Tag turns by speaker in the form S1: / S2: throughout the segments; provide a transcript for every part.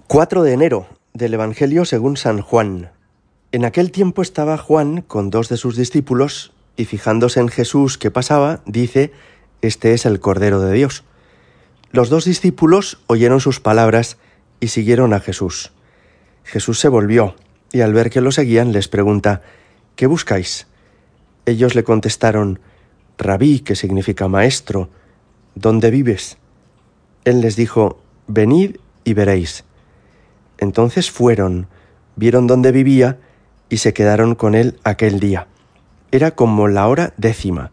S1: 4 de enero del Evangelio según San Juan. En aquel tiempo estaba Juan con 2 de sus discípulos y fijándose en Jesús que pasaba, dice: «Este es el Cordero de Dios». Los 2 discípulos oyeron sus palabras y siguieron a Jesús. Jesús se volvió y al ver que lo seguían les pregunta: «¿Qué buscáis?». Ellos le contestaron: «Rabí», que significa maestro, «¿dónde vives?». Él les dijo: «Venid y veréis». Entonces fueron, vieron dónde vivía y se quedaron con él aquel día. Era como la hora 10:00.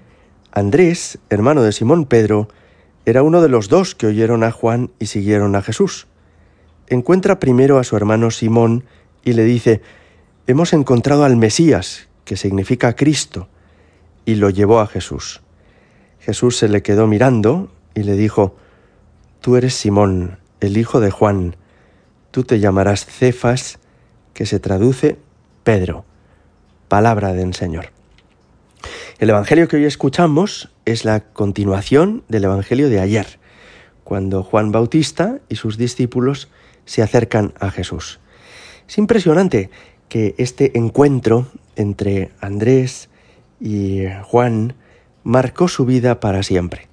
S1: Andrés, hermano de Simón Pedro, era uno de los 2 que oyeron a Juan y siguieron a Jesús. Encuentra primero a su hermano Simón y le dice: «Hemos encontrado al Mesías», que significa Cristo, y lo llevó a Jesús. Jesús se le quedó mirando y le dijo: «Tú eres Simón, el hijo de Juan. Tú te llamarás Cefas», que se traduce Pedro. Palabra del Señor. El Evangelio que hoy escuchamos es la continuación del Evangelio de ayer, cuando Juan Bautista y sus discípulos se acercan a Jesús. Es impresionante que este encuentro entre Andrés y Juan marcó su vida para siempre.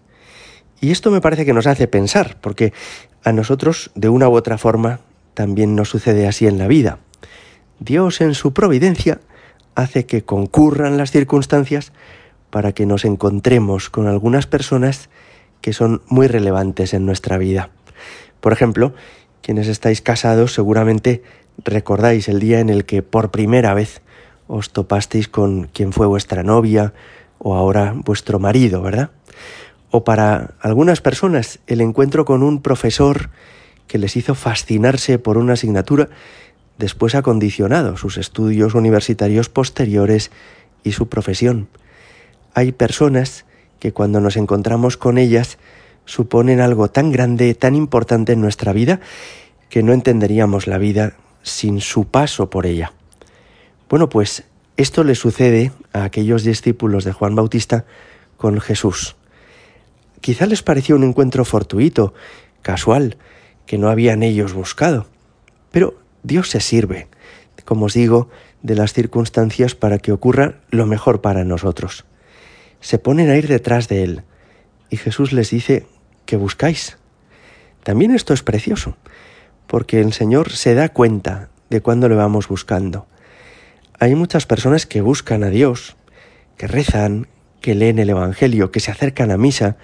S1: Y esto me parece que nos hace pensar, porque a nosotros, de una u otra forma, también nos sucede así en la vida. Dios, en su providencia, hace que concurran las circunstancias para que nos encontremos con algunas personas que son muy relevantes en nuestra vida. Por ejemplo, quienes estáis casados seguramente recordáis el día en el que por primera vez os topasteis con quien fue vuestra novia o ahora vuestro marido, ¿verdad? O para algunas personas el encuentro con un profesor que les hizo fascinarse por una asignatura, después ha condicionado sus estudios universitarios posteriores y su profesión. Hay personas que cuando nos encontramos con ellas suponen algo tan grande, tan importante en nuestra vida, que no entenderíamos la vida sin su paso por ella. Bueno, pues esto le sucede a aquellos discípulos de Juan Bautista con Jesús. Quizá les pareció un encuentro fortuito, casual, que no habían ellos buscado. Pero Dios se sirve, como os digo, de las circunstancias para que ocurra lo mejor para nosotros. Se ponen a ir detrás de Él y Jesús les dice: «¿Qué buscáis?». También esto es precioso, porque el Señor se da cuenta de cuándo le vamos buscando. Hay muchas personas que buscan a Dios, que rezan, que leen el Evangelio, que se acercan a misa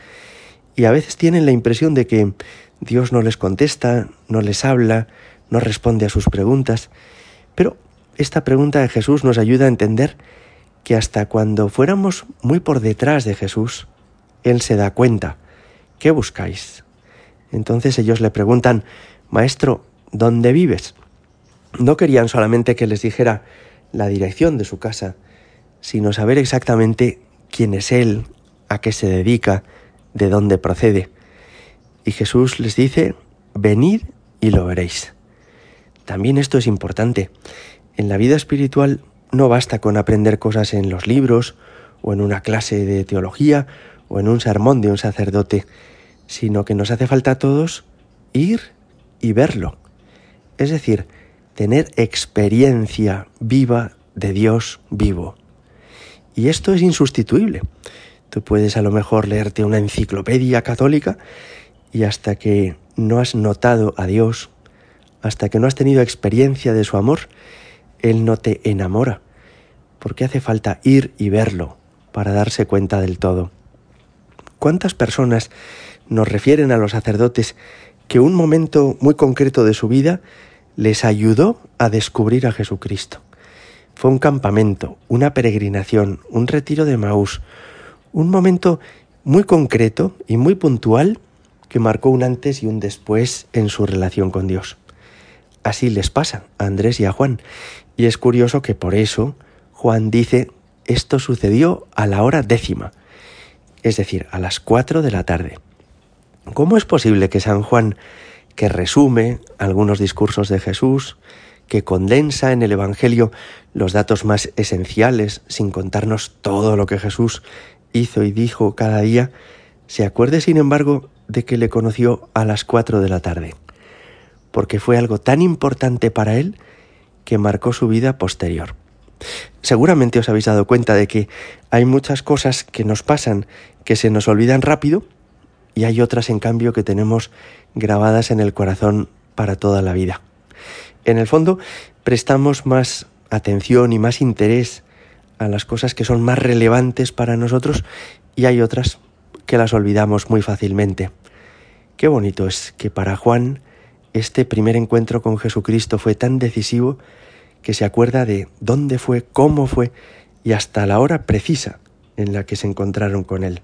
S1: y a veces tienen la impresión de que Dios no les contesta, no les habla, no responde a sus preguntas. Pero esta pregunta de Jesús nos ayuda a entender que hasta cuando fuéramos muy por detrás de Jesús, Él se da cuenta. ¿Qué buscáis? Entonces ellos le preguntan: «Maestro, ¿dónde vives?». No querían solamente que les dijera la dirección de su casa, sino saber exactamente quién es Él, a qué se dedica, de dónde procede. Y Jesús les dice: «Venid y lo veréis». También esto es importante. En la vida espiritual no basta con aprender cosas en los libros o en una clase de teología o en un sermón de un sacerdote, sino que nos hace falta a todos ir y verlo. Es decir, tener experiencia viva de Dios vivo. Y esto es insustituible. Tú puedes a lo mejor leerte una enciclopedia católica y hasta que no has notado a Dios, hasta que no has tenido experiencia de su amor, Él no te enamora, porque hace falta ir y verlo para darse cuenta del todo. ¿Cuántas personas nos refieren a los sacerdotes que un momento muy concreto de su vida les ayudó a descubrir a Jesucristo? Fue un campamento, una peregrinación, un retiro de Emaús, un momento muy concreto y muy puntual que marcó un antes y un después en su relación con Dios. Así les pasa a Andrés y a Juan. Y es curioso que por eso Juan dice: «Esto sucedió a la hora 10:00», es decir, a las 4 de la tarde. ¿Cómo es posible que San Juan, que resume algunos discursos de Jesús, que condensa en el Evangelio los datos más esenciales sin contarnos todo lo que Jesús hizo y dijo cada día, se acuerde sin embargo de que le conoció a las 4 de la tarde? porque fue algo tan importante para él que marcó su vida posterior. Seguramente os habéis dado cuenta de que hay muchas cosas que nos pasan que se nos olvidan rápido y hay otras, en cambio, que tenemos grabadas en el corazón para toda la vida. En el fondo, prestamos más atención y más interés a las cosas que son más relevantes para nosotros y hay otras que las olvidamos muy fácilmente. Qué bonito es que para Juan este primer encuentro con Jesucristo fue tan decisivo que se acuerda de dónde fue, cómo fue y hasta la hora precisa en la que se encontraron con él.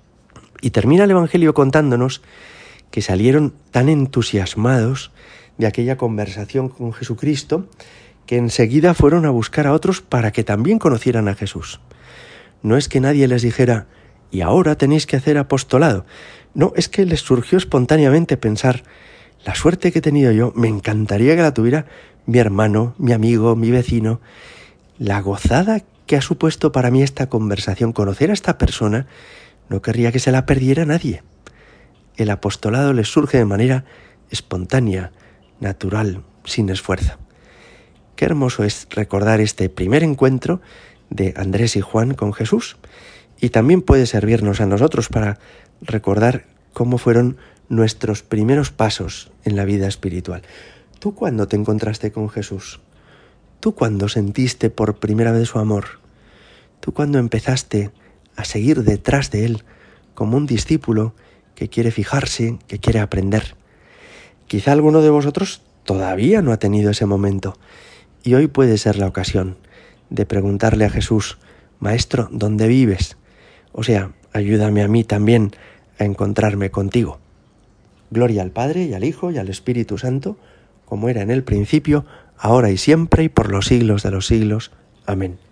S1: Y termina el Evangelio contándonos que salieron tan entusiasmados de aquella conversación con Jesucristo que enseguida fueron a buscar a otros para que también conocieran a Jesús. No es que nadie les dijera, y ahora tenéis que hacer apostolado. No, es que les surgió espontáneamente pensar, la suerte que he tenido yo, me encantaría que la tuviera mi hermano, mi amigo, mi vecino. La gozada que ha supuesto para mí esta conversación, conocer a esta persona, no querría que se la perdiera nadie. El apostolado les surge de manera espontánea, natural, sin esfuerzo. Qué hermoso es recordar este primer encuentro de Andrés y Juan con Jesús, y también puede servirnos a nosotros para recordar cómo fueron nuestros primeros pasos en la vida espiritual. ¿Tú cuándo te encontraste con Jesús? ¿Tú cuándo sentiste por primera vez su amor? ¿Tú cuándo empezaste a seguir detrás de él como un discípulo que quiere fijarse, que quiere aprender? Quizá alguno de vosotros todavía no ha tenido ese momento y hoy puede ser la ocasión de preguntarle a Jesús, Maestro, ¿dónde vives? O sea, ayúdame a mí también a encontrarme contigo. Gloria al Padre y al Hijo y al Espíritu Santo, como era en el principio, ahora y siempre y por los siglos de los siglos. Amén.